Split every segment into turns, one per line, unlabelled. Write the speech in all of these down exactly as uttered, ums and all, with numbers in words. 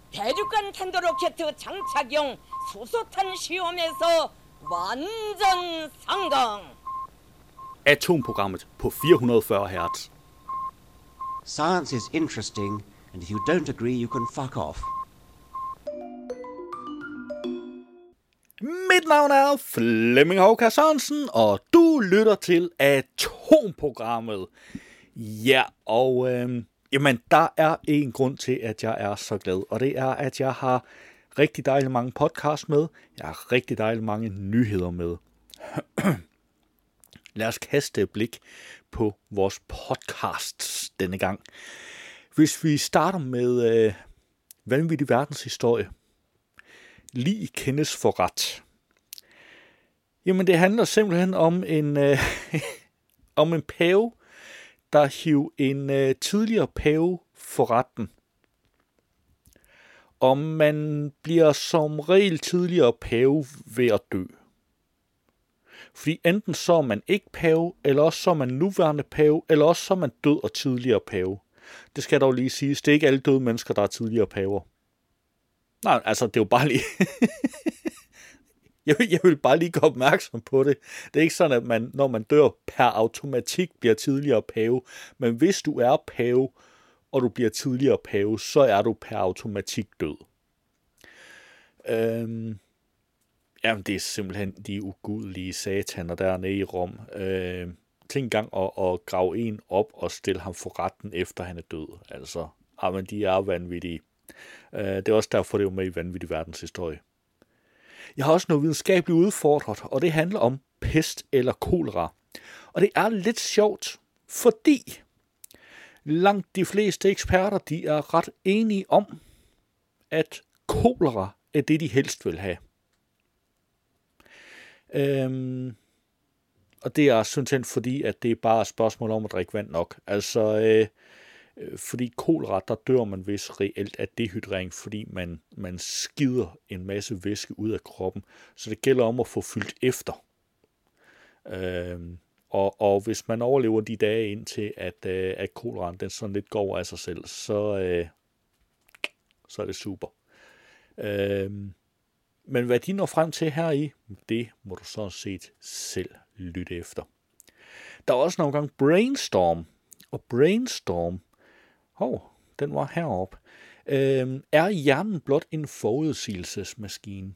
대륙간 탄도로켓 장착용 수소탄 시험에서 완전 성공.
Atomprogrammet på fire hundrede og fyrre hertz.
Science is interesting, and if you don't agree, you can fuck off.
Mit navn er Flemming Hovkær Sørensen, og du lytter til Atomprogrammet. Ja, og øh, jamen, der er en grund til, at jeg er så glad, og det er, at jeg har rigtig dejligt mange podcasts med. Jeg har rigtig dejligt mange nyheder med. Lad os kaste et blik på vores podcasts denne gang. Hvis vi starter med øh, vanvittig verdenshistorie. Lig kendes for ret. Jamen det handler simpelthen om en øh, om en pave, der hiv en øh, tidligere pave for retten. Og man bliver som regel tidligere pave ved at dø. Fordi enten så er man ikke pave, eller også så er man nuværende pave, eller også så er man død og tidligere pave. Det skal dog lige siges, det er ikke alle døde mennesker, der er tidligere paver. Nej, altså det er jo bare lige... jeg, vil, jeg vil bare lige gøre opmærksom på det. Det er ikke sådan, at man, når man dør per automatik, bliver tidligere pave. Men hvis du er pave, og du bliver tidligere pave, så er du per automatik død. Øhm, jamen, det er simpelthen de ugudelige sataner dernede i Rom. Øhm, tænk engang at, at grave en op og stille ham for retten, efter han er død. Altså, jamen, de er vanvittige. Det er også derfor, det er jo med i vanvittig verdenshistorie. Jeg har også noget videnskabeligt udfordret, og det handler om pest eller kolera. Og det er lidt sjovt, fordi langt de fleste eksperter, de er ret enige om, at kolera er det, de helst vil have. Øhm, og det er simpelthen fordi, at det er bare et spørgsmål om at drikke vand nok. Altså... Øh, Fordi kolera, der dør man vist reelt af dehydrering, fordi man, man skider en masse væske ud af kroppen. Så det gælder om at få fyldt efter. Øhm, og, og hvis man overlever de dage indtil, at, øh, at koleraen den sådan lidt går over af sig selv, så, øh, så er det super. Øhm, men hvad de når frem til her i, det må du sådan set selv lytte efter. Der er også nogle gange brainstorm. Og brainstorm, hov, oh, den var heroppe. Øhm, er hjernen blot en forudsigelsesmaskine?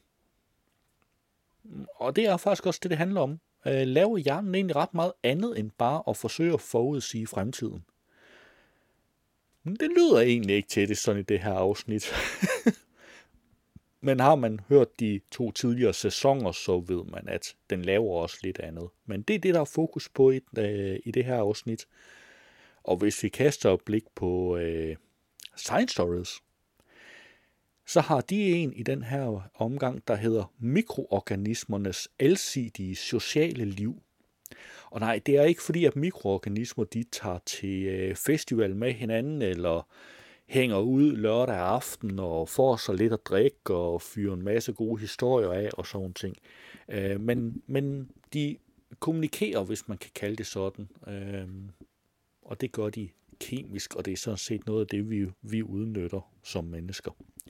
Og det er faktisk også det, det handler om. Øh, laver hjernen egentlig ret meget andet end bare at forsøge at forudsige fremtiden? Det lyder egentlig ikke til det sådan i det her afsnit. Men har man hørt de to tidligere sæsoner, så ved man, at den laver også lidt andet. Men det er det, der er fokus på i, øh, i det her afsnit. Og hvis vi kaster et blik på øh, Science Stories, så har de en i den her omgang, der hedder mikroorganismernes alsidige sociale liv. Og nej, det er ikke fordi, at mikroorganismer de tager til øh, festival med hinanden, eller hænger ud lørdag aften og får sig lidt at drikke og fyrer en masse gode historier af og sådan ting. Øh, men, men de kommunikerer, hvis man kan kalde det sådan. Øh, Og det gør de kemisk, og det er sådan set noget af det, vi, vi udnytter som mennesker.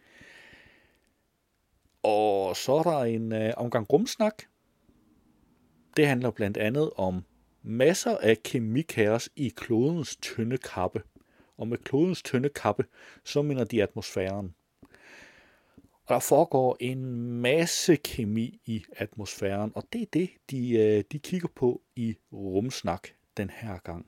Og så er der en øh, omgang rumsnak. Det handler blandt andet om masser af kemikaos i klodens tynde kappe. Og med klodens tynde kappe, så mener de atmosfæren. Og der foregår en masse kemi i atmosfæren, og det er det, de, øh, de kigger på i rumsnak den her gang.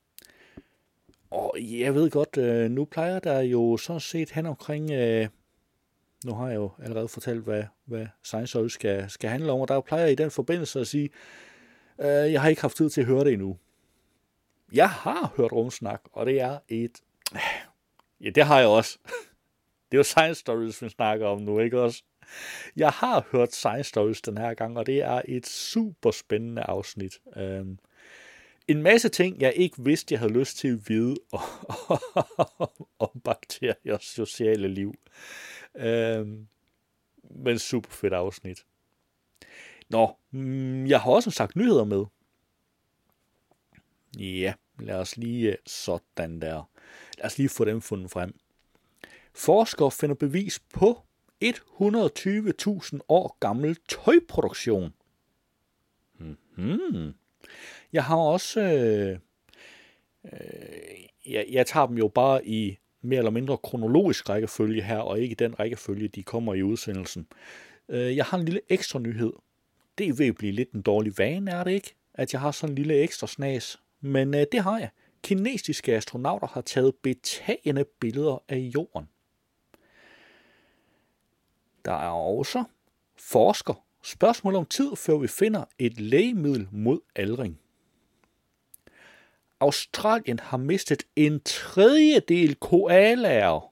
Og jeg ved godt, øh, nu plejer der jo sådan set hen omkring, øh, nu har jeg jo allerede fortalt, hvad, hvad Science Stories skal, skal handle om, og der plejer jeg i den forbindelse at sige, øh, jeg har ikke haft tid til at høre det endnu. Jeg har hørt rumsnak, og det er et, ja det har jeg også. Det er jo Science Stories, vi snakker om nu, ikke også? Jeg har hørt Science Stories den her gang, og det er et super spændende afsnit. Øh, En masse ting, jeg ikke vidste, jeg havde lyst til at vide om bakteriers sociale liv. Øhm, men super fedt afsnit. Nå, jeg har også sagt nyheder med. Ja, lad os lige sådan der. Lad os lige få dem fundet frem. Forskere finder bevis på et hundrede og tyve tusind år gammel tøjproduktion. Mm-hmm. Jeg har også... Øh, øh, jeg, jeg tager dem jo bare i mere eller mindre kronologisk rækkefølge her, og ikke den rækkefølge, de kommer i udsendelsen. Øh, jeg har en lille ekstra nyhed. Det er ved at blive lidt en dårlig vane, er det ikke? At jeg har sådan en lille ekstra snas. Men øh, det har jeg. Kinesiske astronauter har taget betagende billeder af jorden. Der er også forsker. Spørgsmål om tid, før vi finder et lægemiddel mod aldring. Australien har mistet en tredjedel koalaer.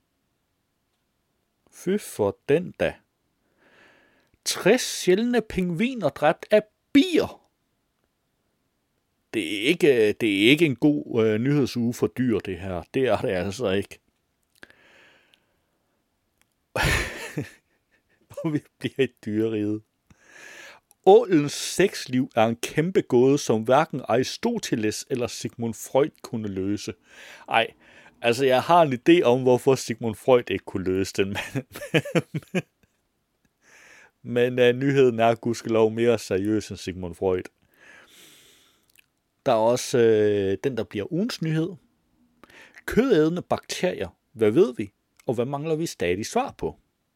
Fy for den da. tres sjældne pingviner dræbt af bier. Det er ikke, det er ikke en god øh, nyhedsuge for dyr, det her. Det er det altså ikke. Og vi bliver et dyreriget. Ålens sexliv er en kæmpe gåde, som hverken Aristoteles eller Sigmund Freud kunne løse. Ej, altså jeg har en idé om, hvorfor Sigmund Freud ikke kunne løse den. Men, men uh, nyheden er gudskelov mere seriøs end Sigmund Freud. Der er også øh, den, der bliver ugens nyhed. Kødædende bakterier. Hvad ved vi? Og hvad mangler vi stadig svar på?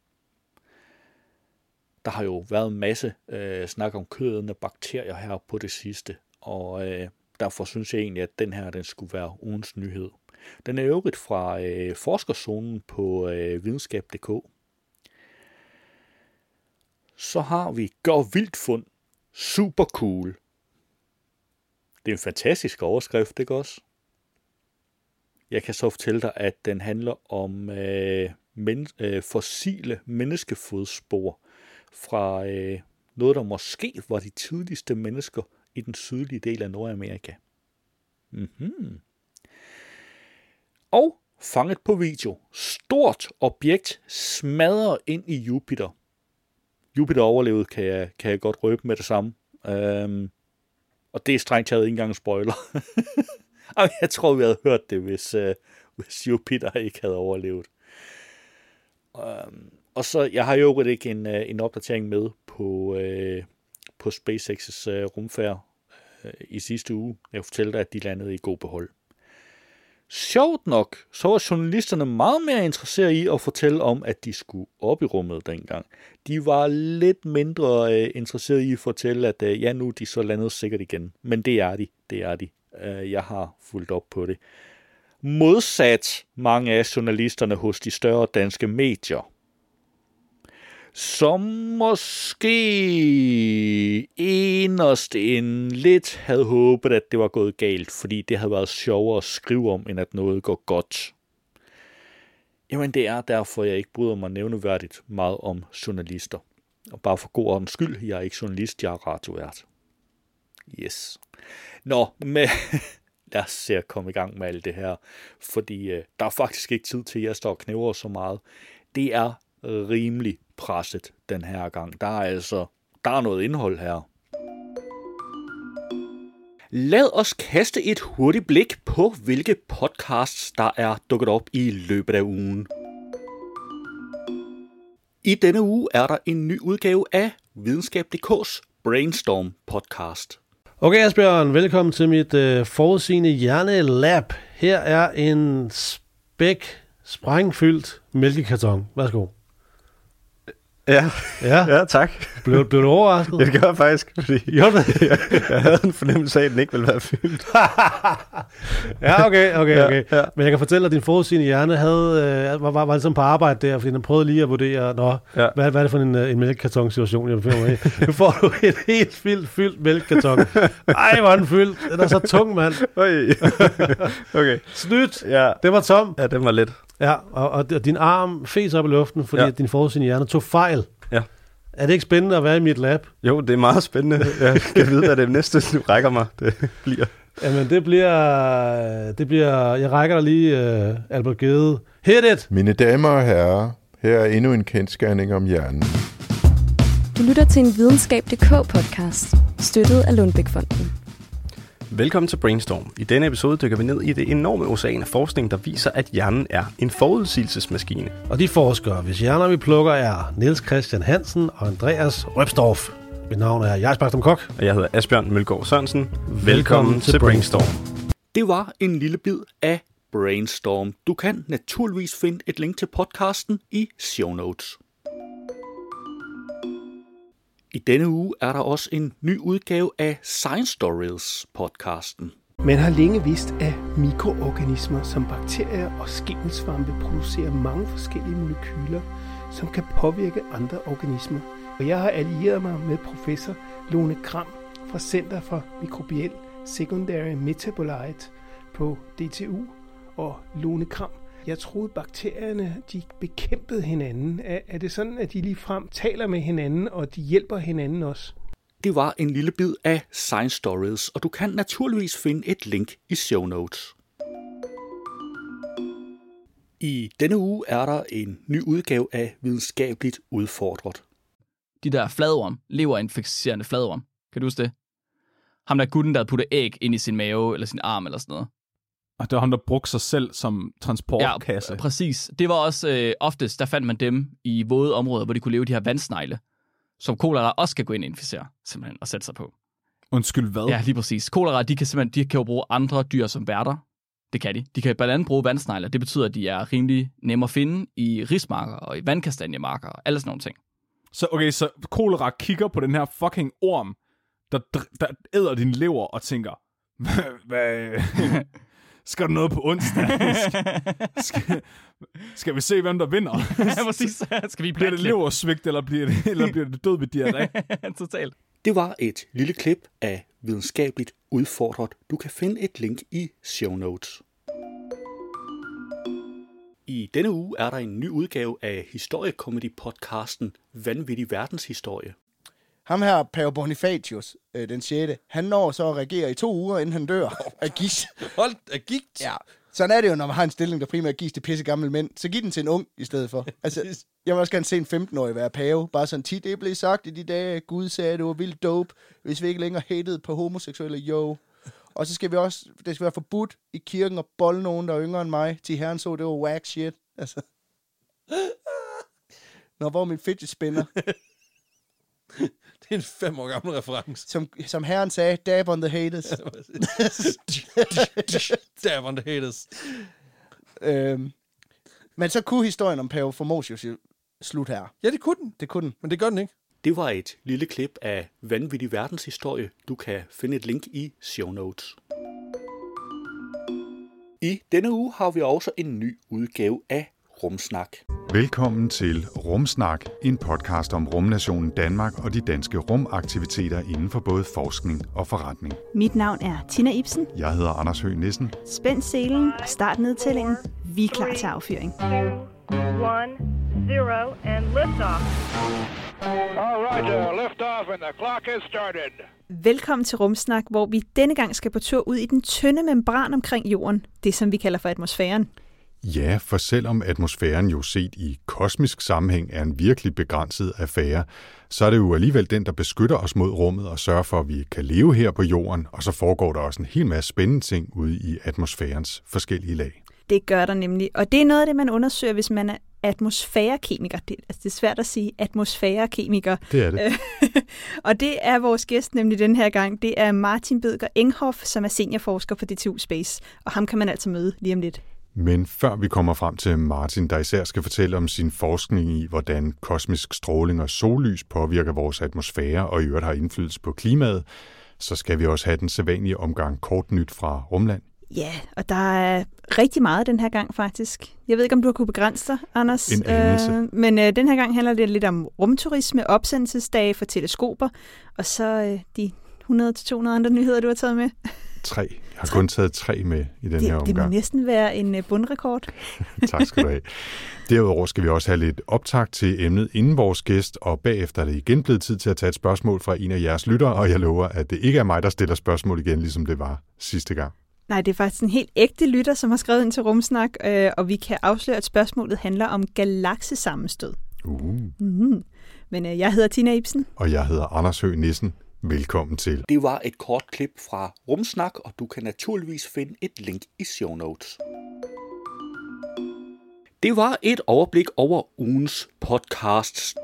Der har jo været en masse øh, snak om kødædende bakterier her på det sidste. Og øh, derfor synes jeg egentlig, at den her den skulle være ugens nyhed. Den er øvrigt fra øh, forskerzonen på øh, videnskab punktum d k. Så har vi Gør vildt fund. Super cool. Det er en fantastisk overskrift, ikke også? Jeg kan så fortælle dig, at den handler om øh, men, øh, fossile menneskefodsspor fra øh, noget, der måske var de tidligste mennesker i den sydlige del af Nordamerika. Mm-hmm. Og fanget på video. Stort objekt smadrer ind i Jupiter. Jupiter overlevede, kan jeg, kan jeg godt røbe med det samme. Øhm, og det er strengt taget ikke engang en spoiler. Jeg tror, vi havde hørt det, hvis, øh, hvis Jupiter ikke havde overlevet. Øhm, og så, jeg har jo ikke en, en opdatering med på, øh, på SpaceX's øh, rumfærd øh, i sidste uge. Jeg fortæller dig, at de landede i god behold. Sjovt nok, så var journalisterne meget mere interesserede i at fortælle om, at de skulle op i rummet dengang. De var lidt mindre øh, interesserede i at fortælle, at øh, ja, nu er de så landet sikkert igen. Men det er de, det er de. Øh, jeg har fulgt op på det. Modsat mange af journalisterne hos de større danske medier, som måske enest en lidt havde håbet, at det var gået galt, fordi det havde været sjovere at skrive om, end at noget går godt. Jamen det er derfor, jeg ikke bryder mig nævneværdigt meget om journalister. Og bare for god ordens skyld, jeg er ikke journalist, jeg er radiovært. Yes. Nå, men lad os se at komme i gang med alt det her, fordi øh, der er faktisk ikke tid til, at jeg står og knæver så meget. Det er rimelig presset den her gang. Der er altså der er noget indhold her. Lad os kaste et hurtigt blik på, hvilke podcasts, der er dukket op i løbet af ugen. I denne uge er der en ny udgave af videnskab punktum d k's Brainstorm podcast.
Okay, Asbjørn, velkommen til mit øh, forudsigende hjernelab. Her er en spæk sprængfyldt mælkekarton. Værsgo.
Ja,
Ja,
ja tak.
blev, blev du overrasket?
Det gør jeg faktisk, fordi
Jo, det.
jeg, jeg havde en fornemmelse af, at den ikke ville være fyldt.
Ja, okay, okay, okay.
Ja, ja.
Men jeg kan fortælle, at din forudsigende hjerne havde, øh, var, var, var ligesom på arbejde der, fordi den prøvede lige at vurdere, nå,
Ja.
hvad, hvad er det for en, en mælkekarton-situation, jeg befinder mig i? Nu får du et helt fyldt, fyldt mælkekarton. Ej, hvor er den fyldt. Den er så tung, mand.
Oj. Okay.
Snydt.
Ja.
Det var tom.
Ja, den var let.
Ja, og, og din arm fes op i luften, fordi
Ja.
ja. din forudsigende hjerne tog fejl.
Ja.
Er det ikke spændende at være i mit lab?
Jo, det er meget spændende. Jeg skal vide, hvad det næste, du rækker mig, det bliver.
Jamen, det bliver... Det bliver jeg rækker dig lige, uh, Albert Gede. Hit it!
Mine damer og herrer, her er endnu en kendsgerning om hjernen.
Du lytter til en videnskab punktum d k podcast, støttet af Lundbæk-fonden.
Velkommen til Brainstorm. I denne episode dykker vi ned i det enorme ocean af forskning, der viser, at hjernen er en forudsigelsesmaskine.
Og de forskere, hvis hjerner vi plukker, er Niels Christian Hansen og Andreas Røbstorff. Mit navn er Jais Bakstrøm Kok.
Og jeg hedder Asbjørn Mølgaard Sørensen. Velkommen,
Velkommen til
til Brainstorm.
Det var en lille bid af Brainstorm. Du kan naturligvis finde et link til podcasten i show notes. I denne uge er der også en ny udgave af Science Stories podcasten.
Man har længe vidst, at mikroorganismer som bakterier og skimmelsvampe producerer mange forskellige molekyler, som kan påvirke andre organismer. Og jeg har allieret mig med professor Lone Kram fra Center for Mikrobiel Secondary Metabolite på D T U. Og Lone Kram, jeg troede bakterierne de bekæmpede hinanden. Er, er det sådan, at de ligefrem taler med hinanden, og de hjælper hinanden også?
Det var en lille bid af Science Stories, og du kan naturligvis finde et link i show notes. I denne uge er der en ny udgave af Videnskabeligt Udfordret.
De der fladorm, leverinficerende fladorm. Kan du huske det? Ham der gutten, der havde puttet æg ind i sin mave eller sin arm eller sådan noget.
Og det var ham, der brugte sig selv som transportkasse.
Ja, præcis. Det var også øh, oftest, der fandt man dem i våde områder, hvor de kunne leve de her vandsnegle, som kolera også skal gå ind og inficere, simpelthen, og sætte sig på.
Undskyld, hvad?
Ja, lige præcis. Kolera, de kan simpelthen de kan jo bruge andre dyr som værter. Det kan de. De kan blandt andet bruge vandsnegle. Det betyder, at de er rimelig nemme at finde i rismarker og i vandkastanjemarker og alle sådan nogle ting.
Så okay, så kolera kigger på den her fucking orm, der, der æder din lever og tænker, hvad... Skal der noget på onsdag? skal, skal vi se, hvem der vinder?
Ja, præcis. Skal vi
bliver det leversvigt, eller bliver det, eller bliver det død ved diarré?
Totalt.
Det var et lille klip af Videnskabeligt Udfordret. Du kan finde et link i show notes. I denne uge er der en ny udgave af historiekomedy-podcasten Vanvittig Verdenshistorie.
Ham her, Pave Bonifacius, øh, den sjette, han når så at regere i to uger, inden han dør af gigt.
Hold af gigt?
Ja. Sådan er det jo, når man har en stilling, der primært gives til pisse gamle mænd. Så giv den til en ung i stedet for. Altså, jeg vil også gerne se en femten-årig være pave. Bare sådan tit, det blev sagt i de dage, Gud sagde, det var vildt dope, hvis vi ikke længere hatede på homoseksuelle, jo. Og så skal vi også, det skal være forbudt i kirken at bolle nogen, der er yngre end mig, til herren så, det var whack shit. Altså. Nå, hvor er min fidget spinner?
Det er en fem år gammel reference.
Som, som herren sagde, dab on the haters.
Dab on the haters.
Øhm, men så kunne historien om Pave Formosius slut her.
Ja, det kunne den.
Det kunne den.
Men det gør den ikke.
Det var et lille klip af Vanvittig Verdenshistorie. Du kan finde et link i show notes. I denne uge har vi også en ny udgave af Rumsnak.
Velkommen til Rumsnak, en podcast om rumnationen Danmark og de danske rumaktiviteter inden for både forskning og forretning.
Mit navn er Tina Ibsen.
Jeg hedder Anders Høgh Nissen.
Spænd selen og start nedtællingen. Vi er klar til affyring.
one, zero, and liftoff.
All right, uh, liftoff and the clock has started.
Velkommen til Rumsnak, hvor vi denne gang skal på tur ud i den tynde membran omkring jorden. Det som vi kalder for atmosfæren.
Ja, for selvom atmosfæren jo set i kosmisk sammenhæng er en virkelig begrænset affære, så er det jo alligevel den, der beskytter os mod rummet og sørger for, at vi kan leve her på jorden, og så foregår der også en hel masse spændende ting ude i atmosfærens forskellige lag.
Det gør der nemlig, og det er noget af det, man undersøger, hvis man er atmosfærekemiker. Det, altså det er svært at sige atmosfærekemiker.
Det er det.
Og det er vores gæst nemlig den her gang. Det er Martin Bødker Enghoff, som er seniorforsker på D T U Space, og ham kan man altså møde lige om lidt.
Men før vi kommer frem til Martin, der især skal fortælle om sin forskning i, hvordan kosmisk stråling og sollys påvirker vores atmosfære og i øvrigt har indflydelse på klimaet, så skal vi også have den sædvanlige omgang kort nyt fra Rumland.
Ja, og der er rigtig meget den her gang faktisk. Jeg ved ikke, om du har kunne begrænse dig, Anders.
En anelse. Øh,
men øh, den her gang handler det lidt om rumturisme, opsendelsesdage for teleskoper, og så øh, de hundrede til to hundrede andre nyheder, du har taget med.
Tre. Jeg har kun taget tre med i den
det,
her omgang.
Det må næsten være en bundrekord.
Tak skal du have. Derudover skal vi også have lidt optakt til emnet inden vores gæst, og bagefter er det igen blevet tid til at tage et spørgsmål fra en af jeres lyttere, og jeg lover, at det ikke er mig, der stiller spørgsmål igen, ligesom det var sidste gang.
Nej, det er faktisk en helt ægte lytter, som har skrevet ind til Rumsnak, øh, og vi kan afsløre, at spørgsmålet handler om galaksesammenstød.
Uh.
Mm-hmm. Men øh, jeg hedder Tina Ibsen.
Og jeg hedder Anders Høgh Nissen. Velkommen til.
Det var et kort klip fra Rumsnak, og du kan naturligvis finde et link i show notes. Det var et overblik over ugens podcasts.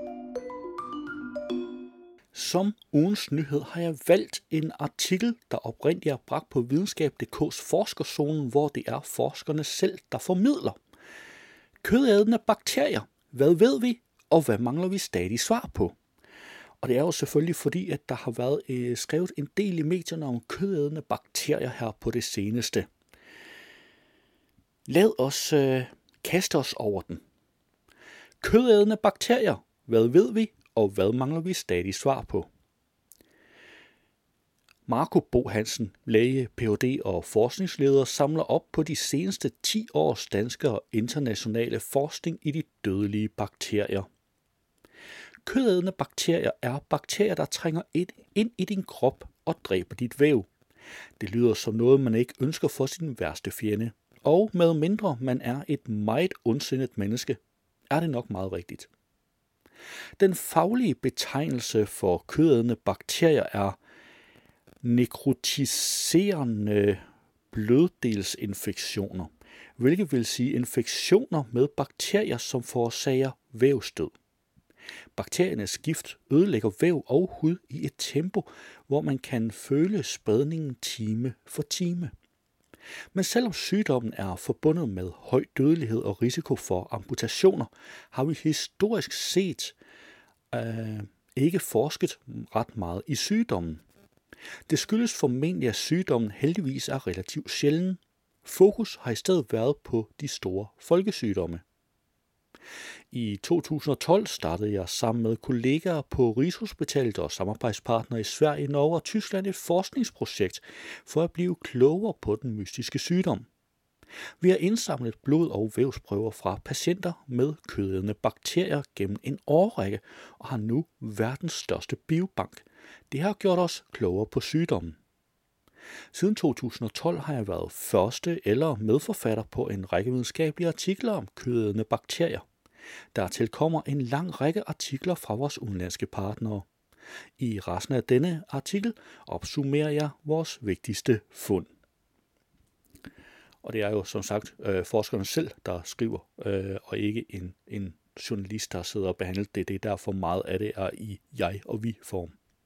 Som ugens nyhed har jeg valgt en artikel, der oprindeligt er bragt på videnskab punktum d k's forskerzonen, hvor det er forskerne selv, der formidler. Kødædende bakterier. Hvad ved vi, og hvad mangler vi stadig svar på? Og det er jo selvfølgelig fordi, at der har været øh, skrevet en del i medierne om kødædende bakterier her på det seneste. Lad os øh, kaste os over den. Kødædende bakterier. Hvad ved vi, og hvad mangler vi stadig svar på? Marco Bo Hansen, læge, P H D og forskningsleder, samler op på de seneste ti års danske og internationale forskning i de dødelige bakterier. Kødædende bakterier er bakterier, der trænger ind i din krop og dræber dit væv. Det lyder som noget, man ikke ønsker for sin værste fjende. Og med mindre man er et meget ondsindet menneske, er det nok meget rigtigt. Den faglige betegnelse for kødædende bakterier er nekrotiserende bløddelsinfektioner, hvilket vil sige infektioner med bakterier, som forårsager vævsdød. Bakteriernes gift ødelægger væv og hud i et tempo, hvor man kan føle spredningen time for time. Men selvom sygdommen er forbundet med høj dødelighed og risiko for amputationer, har vi historisk set øh, ikke forsket ret meget i sygdommen. Det skyldes formentlig, at sygdommen heldigvis er relativt sjælden. Fokus har i stedet været på de store folkesygdomme. I to tusind og tolv startede jeg sammen med kollegaer på Rigshospitalet og samarbejdspartnere i Sverige, Norge og Tyskland et forskningsprojekt for at blive klogere på den mystiske sygdom. Vi har indsamlet blod- og vævsprøver fra patienter med kødædende bakterier gennem en årrække og har nu verdens største biobank. Det har gjort os klogere på sygdommen. Siden to tusind og tolv har jeg været første eller medforfatter på en række videnskabelige artikler om kødædende bakterier. Dertil kommer en lang række artikler fra vores udenlandske partnere. I resten af denne artikel opsummerer jeg vores vigtigste fund. Og det er jo som sagt øh, forskerne selv, der skriver, øh, og ikke en, en journalist, der sidder og behandler det. Det er derfor meget af det er i jeg- og vi-form.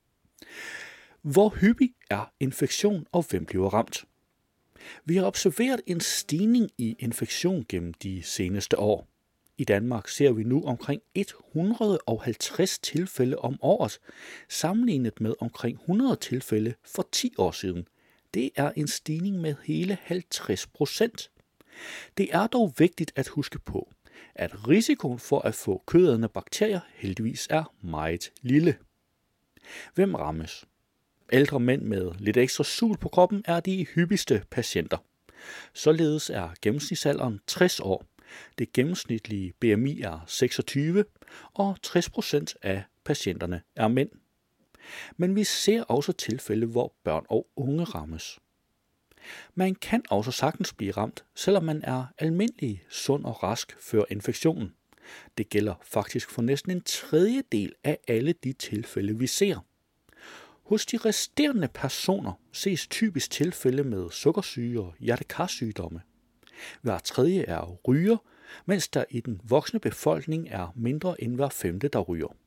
Hvor hyppig er infektion, og hvem bliver ramt? Vi har observeret en stigning i infektion gennem de seneste år. I Danmark ser vi nu omkring et hundrede og halvtreds tilfælde om året, sammenlignet med omkring hundrede tilfælde for ti år siden. Det er en stigning med hele halvtreds procent. Det er dog vigtigt at huske på, at risikoen for at få kødædende bakterier heldigvis er meget lille. Hvem rammes? Ældre mænd med lidt ekstra sul på kroppen er de hyppigste patienter. Således er gennemsnitsalderen tres år. Det gennemsnitlige B M I er seksogtyve, og tres procent af patienterne er mænd. Men vi ser også tilfælde, hvor børn og unge rammes. Man kan også sagtens blive ramt, selvom man er almindelig, sund og rask før infektionen. Det gælder faktisk for næsten en tredjedel af alle de tilfælde, vi ser. Hos de resterende personer ses typisk tilfælde med sukkersyge og hjertekarsygdomme. Hver tredje er ryger, mens der i den voksne befolkning er mindre end hver femte, der ryger.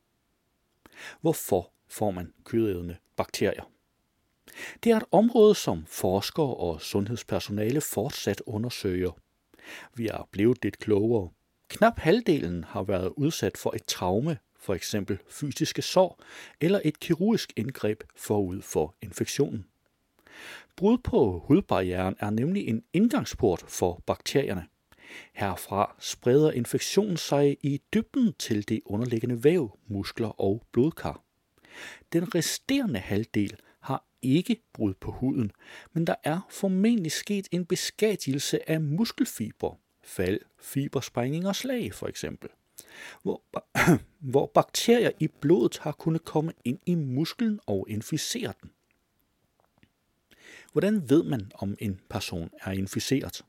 Hvorfor får man kødædende bakterier? Det er et område, som forskere og sundhedspersonale fortsat undersøger. Vi er blevet lidt klogere. Knap halvdelen har været udsat for et traume, for eksempel fysiske sår eller et kirurgisk indgreb forud for infektionen. Brud på hudbarrieren er nemlig en indgangsport for bakterierne. Herfra spreder infektionen sig i dybden til det underliggende væv, muskler og blodkar. Den resterende halvdel har ikke brud på huden, men der er formentlig sket en beskadigelse af muskelfiber, fald, fibersprængning og slag for eksempel, hvor, hvor bakterier i blodet har kunnet komme ind i musklen og inficere den. Hvordan ved man, om en person er inficeret?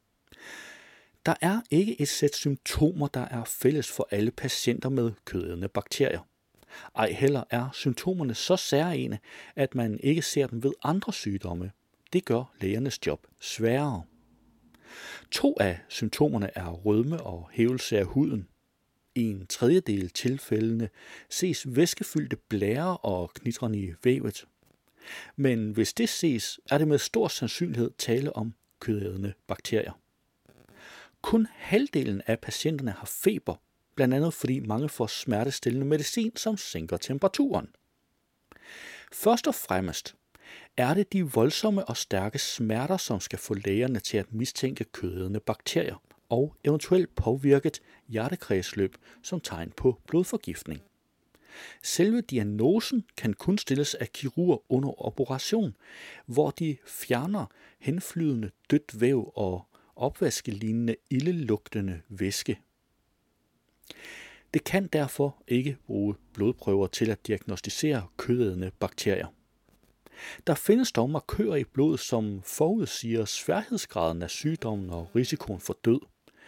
Der er ikke et sæt symptomer, der er fælles for alle patienter med kødædende bakterier. Ej heller er symptomerne så særegne, at man ikke ser dem ved andre sygdomme. Det gør lægernes job sværere. To af symptomerne er rødme og hævelse af huden. I en tredjedel tilfældene ses væskefyldte blærer og knitren i vævet. Men hvis det ses, er det med stor sandsynlighed tale om kødædende bakterier. Kun halvdelen af patienterne har feber, blandt andet fordi mange får smertestillende medicin, som sænker temperaturen. Først og fremmest er det de voldsomme og stærke smerter, som skal få lægerne til at mistænke kødædende bakterier og eventuelt påvirket hjertekredsløb som tegn på blodforgiftning. Selve diagnosen kan kun stilles af kirurg under operation, hvor de fjerner henflydende dødt væv og opvaskelignende ildelugtende væske. Det kan derfor ikke bruge blodprøver til at diagnostisere kødædende bakterier. Der findes dog markører i blodet, som forudsiger sværhedsgraden af sygdommen og risikoen for død.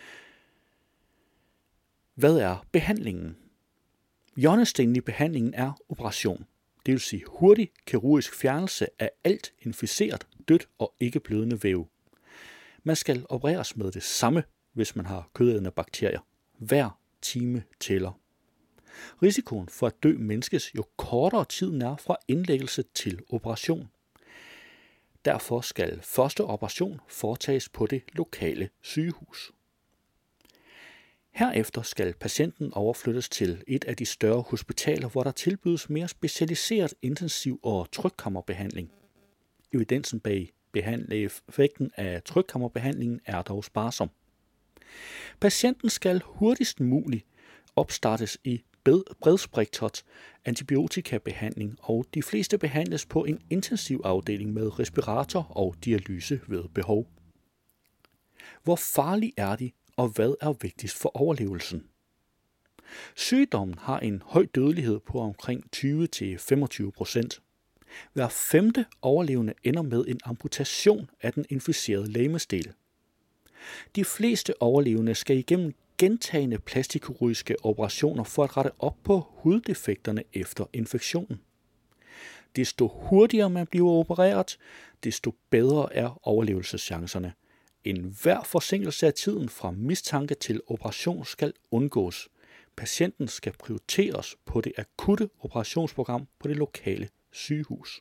Hvad er behandlingen? Hjørnestenen i behandlingen er operation, det vil sige hurtig kirurgisk fjernelse af alt inficeret, dødt og ikke blødende væv. Man skal opereres med det samme, hvis man har kødædende bakterier. Hver time tæller. Risikoen for at dø mindskes, jo kortere tiden er fra indlæggelse til operation. Derfor skal første operation foretages på det lokale sygehus. Herefter skal patienten overflyttes til et af de større hospitaler, hvor der tilbydes mere specialiseret intensiv- og trykkammerbehandling. Evidensen bag effekten af trykkammerbehandlingen er dog sparsom. Patienten skal hurtigst muligt opstartes i bredspektret antibiotikabehandling, og de fleste behandles på en intensiv afdeling med respirator og dialyse ved behov. Hvor farlig er de, og hvad er vigtigst for overlevelsen? Sygdommen har en høj dødelighed på omkring tyve til femogtyve procent. Hver femte overlevende ender med en amputation af den inficerede legemsdel. De fleste overlevende skal igennem gentagne plastikkirurgiske operationer for at rette op på huddefekterne efter infektionen. Desto hurtigere man bliver opereret, desto bedre er overlevelseschancerne. En hver forsinkelse af tiden fra mistanke til operation skal undgås. Patienten skal prioriteres på det akutte operationsprogram på det lokale sygehus.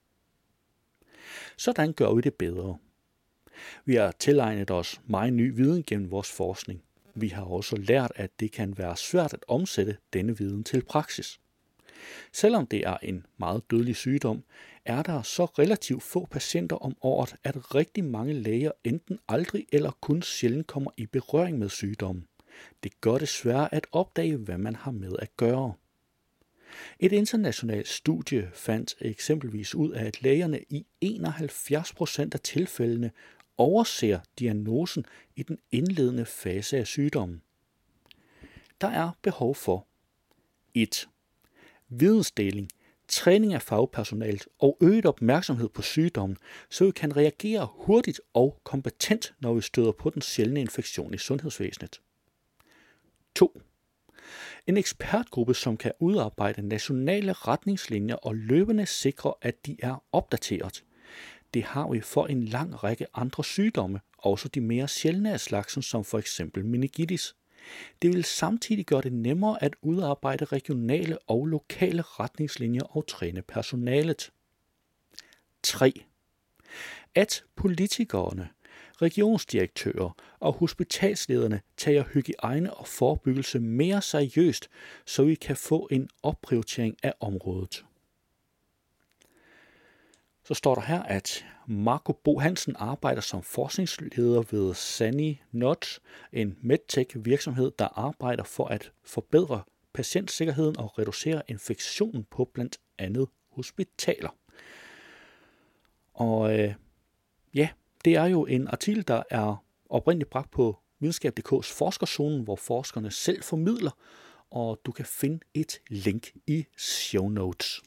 Sådan gør vi det bedre. Vi har tilegnet os meget ny viden gennem vores forskning. Vi har også lært, at det kan være svært at omsætte denne viden til praksis. Selvom det er en meget dødelig sygdom, er der så relativt få patienter om året, at rigtig mange læger enten aldrig eller kun sjældent kommer i berøring med sygdommen. Det gør det svært at opdage, hvad man har med at gøre. Et internationalt studie fandt eksempelvis ud af, at lægerne i enoghalvfjerds procent af tilfældene overser diagnosen i den indledende fase af sygdommen. Der er behov for et Vidensdeling, træning af fagpersonalet og øget opmærksomhed på sygdommen, så vi kan reagere hurtigt og kompetent, når vi støder på den sjældne infektion i sundhedsvæsenet. to En ekspertgruppe, som kan udarbejde nationale retningslinjer og løbende sikre, at de er opdateret. Det har vi for en lang række andre sygdomme, også de mere sjældne af slagsen, som for eksempel meningitis. Det vil samtidig gøre det nemmere at udarbejde regionale og lokale retningslinjer og træne personalet. tre At politikerne, regionsdirektører og hospitalslederne tager hygiejne og forebyggelse mere seriøst, så vi kan få en opprioritering af området. Så står der her, at Marco Bo Hansen arbejder som forskningsleder ved Sani Notch, en medtech virksomhed, der arbejder for at forbedre patientsikkerheden og reducere infektionen på blandt andet hospitaler. Og øh, ja, det er jo en artikel, der er oprindeligt bragt på videnskab punktum d k's forskerzonen, hvor forskerne selv formidler, og du kan finde et link i show notes.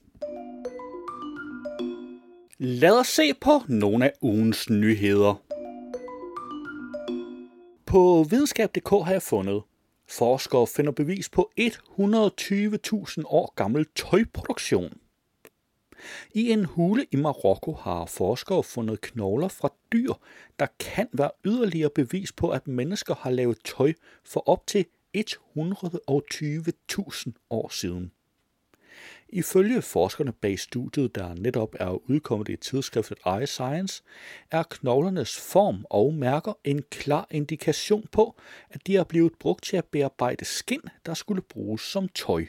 Lad os se på nogle af ugens nyheder. På videnskab punktum d k har jeg fundet Forskere finder bevis på et hundrede og tyve tusind år gammel tøjproduktion. I en hule i Marokko har forskere fundet knogler fra dyr, der kan være yderligere bevis på, at mennesker har lavet tøj for op til et hundrede og tyve tusind år siden. Ifølge forskerne bag studiet, der netop er udkommet i tidsskriftet iScience, er knoglernes form og mærker en klar indikation på, at de er blevet brugt til at bearbejde skind, der skulle bruges som tøj.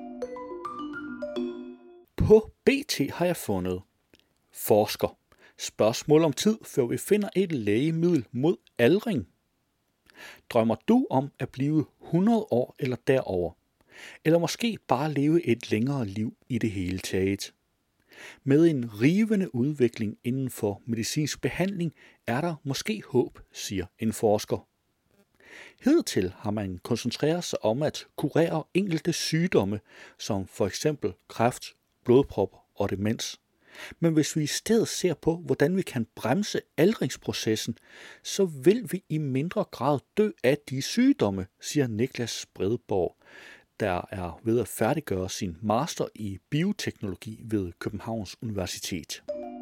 På B T har jeg fundet forsker. Spørgsmål om tid, før vi finder et lægemiddel mod aldring. Drømmer du om at blive hundrede år eller derover? Eller måske bare leve et længere liv i det hele taget? Med en rivende udvikling inden for medicinsk behandling er der måske håb, siger en forsker. Hidtil har man koncentreret sig om at kurere enkelte sygdomme, som for eksempel kræft, blodpropper og demens. Men hvis vi i stedet ser på, hvordan vi kan bremse aldringsprocessen, så vil vi i mindre grad dø af de sygdomme, siger Niklas Spredborg, der er ved at færdiggøre sin master i bioteknologi ved Københavns Universitet.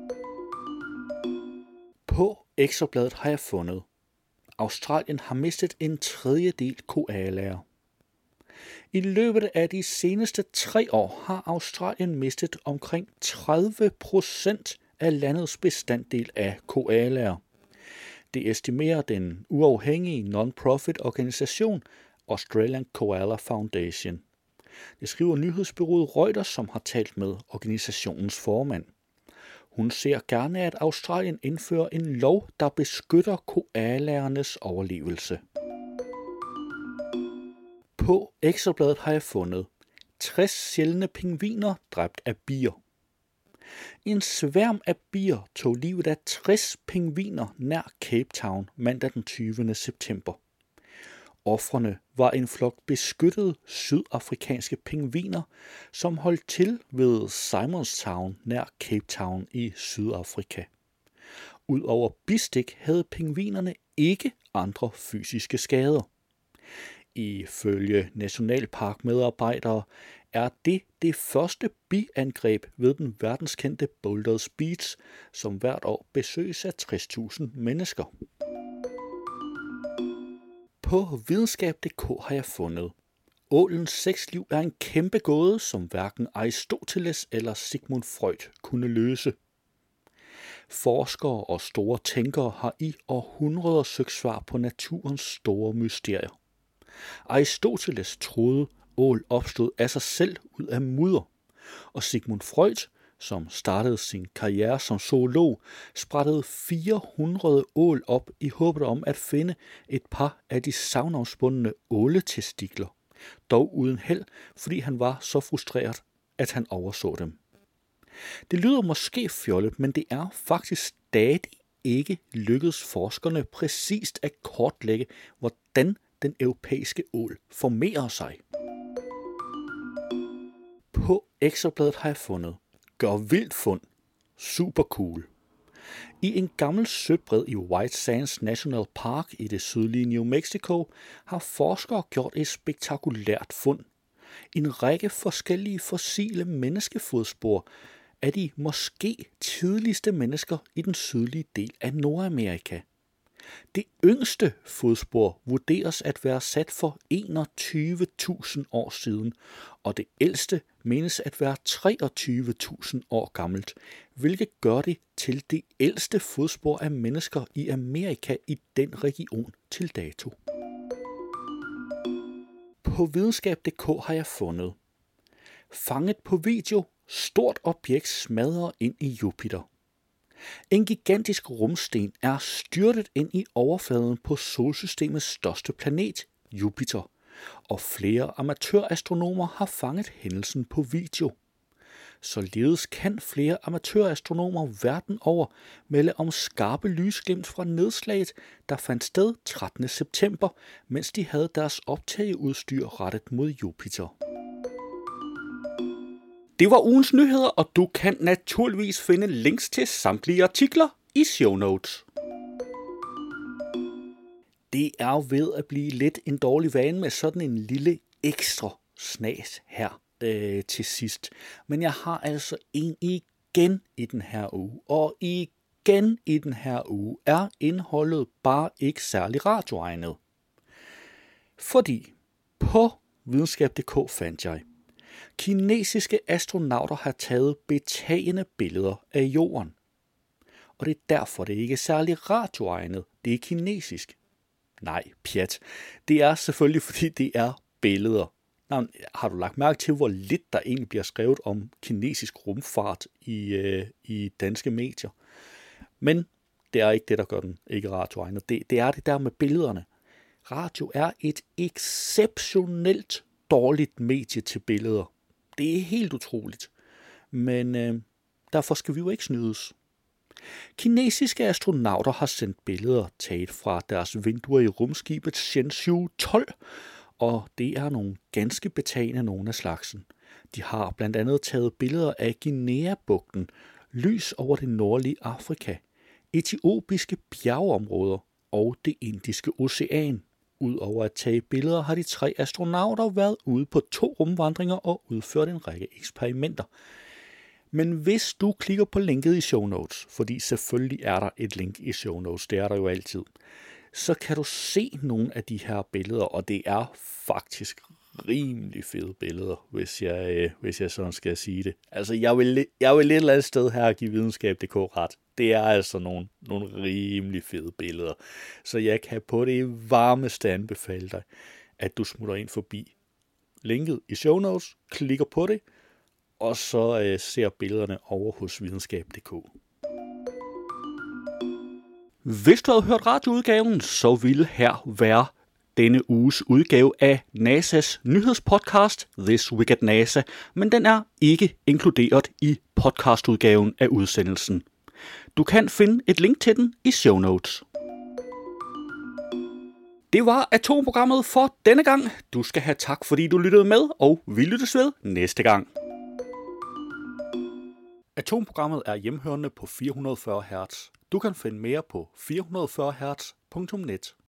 På Ekstrabladet har jeg fundet, Australien har mistet en tredjedel koalaer. I løbet af de seneste tre år har Australien mistet omkring tredive procent af landets bestanddel af koalaer. Det estimerer den uafhængige non-profit organisation Australian Koala Foundation. Det skriver nyhedsbureauet Reuters, som har talt med organisationens formand. Hun ser gerne, at Australien indfører en lov, der beskytter koalaernes overlevelse. På Ekstrabladet har jeg fundet tres sjældne pingviner dræbt af bier. En sværm af bier tog livet af tres pingviner nær Cape Town mandag den tyvende september. Ofrene var en flok beskyttede sydafrikanske pingviner, som holdt til ved Simonstown nær Cape Town i Sydafrika. Udover bistik havde pingvinerne ikke andre fysiske skader. Ifølge nationalparkmedarbejdere er det det første biangreb ved den verdenskendte Boulders Beach, som hvert år besøges af tres tusind mennesker. På videnskab punktum d k har jeg fundet, ålens sexliv er en kæmpe gåde, som hverken Aristoteles eller Sigmund Freud kunne løse. Forskere og store tænkere har i århundreder søgt svar på naturens store mysterier. Aristoteles troede, ål opstod af sig selv ud af mudder, og Sigmund Freud, som startede sin karriere som zoolog, sprættede fire hundrede ål op i håbet om at finde et par af de savnomsbundne åletestikler, dog uden held, fordi han var så frustreret, at han overså dem. Det lyder måske fjollet, men det er faktisk stadig ikke lykkedes forskerne præcist at kortlægge, hvordan den europæiske ål formerer sig. På Ekstrabladet har jeg fundet, gør vildt fund. Super cool. I en gammel søbred i White Sands National Park i det sydlige New Mexico har forskere gjort et spektakulært fund. En række forskellige fossile menneskefodspor af de måske tidligste mennesker i den sydlige del af Nordamerika. Det yngste fodspor vurderes at være sat for enogtyve tusind år siden, og det ældste menes at være treogtyve tusind år gammelt, hvilket gør det til det ældste fodspor af mennesker i Amerika i den region til dato. På videnskab punktum d k har jeg fundet, fanget på video, stort objekt smadrer ind i Jupiter. En gigantisk rumsten er styrtet ind i overfladen på solsystemets største planet, Jupiter, og flere amatørastronomer har fanget hændelsen på video. Således kan flere amatørastronomer verden over melde om skarpe lysglimt fra nedslaget, der fandt sted trettende september, mens de havde deres optageudstyr rettet mod Jupiter. Det var ugens nyheder, og du kan naturligvis finde links til samtlige artikler i show notes. det er ved at blive lidt en dårlig vane med sådan en lille ekstra snas her øh, til sidst. Men jeg har altså en igen i den her uge, og igen i den her uge er indholdet bare ikke særlig radioegnet. Fordi på videnskab punktum d k fandt jeg, kinesiske astronauter har taget betagende billeder af jorden. Og det er derfor, det ikke er særlig radioegnet. Det er kinesisk. Nej, pjat. Det er selvfølgelig, fordi det er billeder. Nå, har du lagt mærke til, hvor lidt der egentlig bliver skrevet om kinesisk rumfart i, øh, i danske medier? Men det er ikke det, der gør den ikke radioegnet. Det, det er det der med billederne. Radio er et exceptionelt dårligt medie til billeder. Det er helt utroligt. Men øh, derfor skal vi jo ikke snydes. Kinesiske astronauter har sendt billeder taget fra deres vinduer i rumskibet Shenzhou tolv, og det er nogle ganske betagende nogle af slagsen. De har blandt andet taget billeder af Guinea-bugten, lys over det nordlige Afrika, etiopiske bjergeområder og det Indiske Ocean. Udover at tage billeder har de tre astronauter været ude på to rumvandringer og udført en række eksperimenter. Men hvis du klikker på linket i show notes, fordi selvfølgelig er der et link i show notes, det er der jo altid, så kan du se nogle af de her billeder, og det er faktisk rimelig fede billeder, hvis jeg, øh, hvis jeg sådan skal sige det. Altså, jeg vil, jeg vil et eller andet sted her give videnskab punktum d k ret. Det er altså nogle, nogle rimelig fede billeder. Så jeg kan på det varmeste anbefale dig, at du smutter ind forbi linket i show notes, klikker på det, og så øh, ser billederne over hos videnskab punktum d k. Hvis du havde hørt radioudgaven, så ville her være denne uges udgave af NASA's nyhedspodcast This Week at NASA, men den er ikke inkluderet i podcastudgaven af udsendelsen. Du kan finde et link til den i show notes. Det var Atomprogrammet for denne gang. Du skal have tak, fordi du lyttede med, og vi lyttes ved næste gang. Atomprogrammet er hjemhørende på fire hundrede og fyrre hertz. Du kan finde mere på fire hundrede og fyrre hertz punktum net.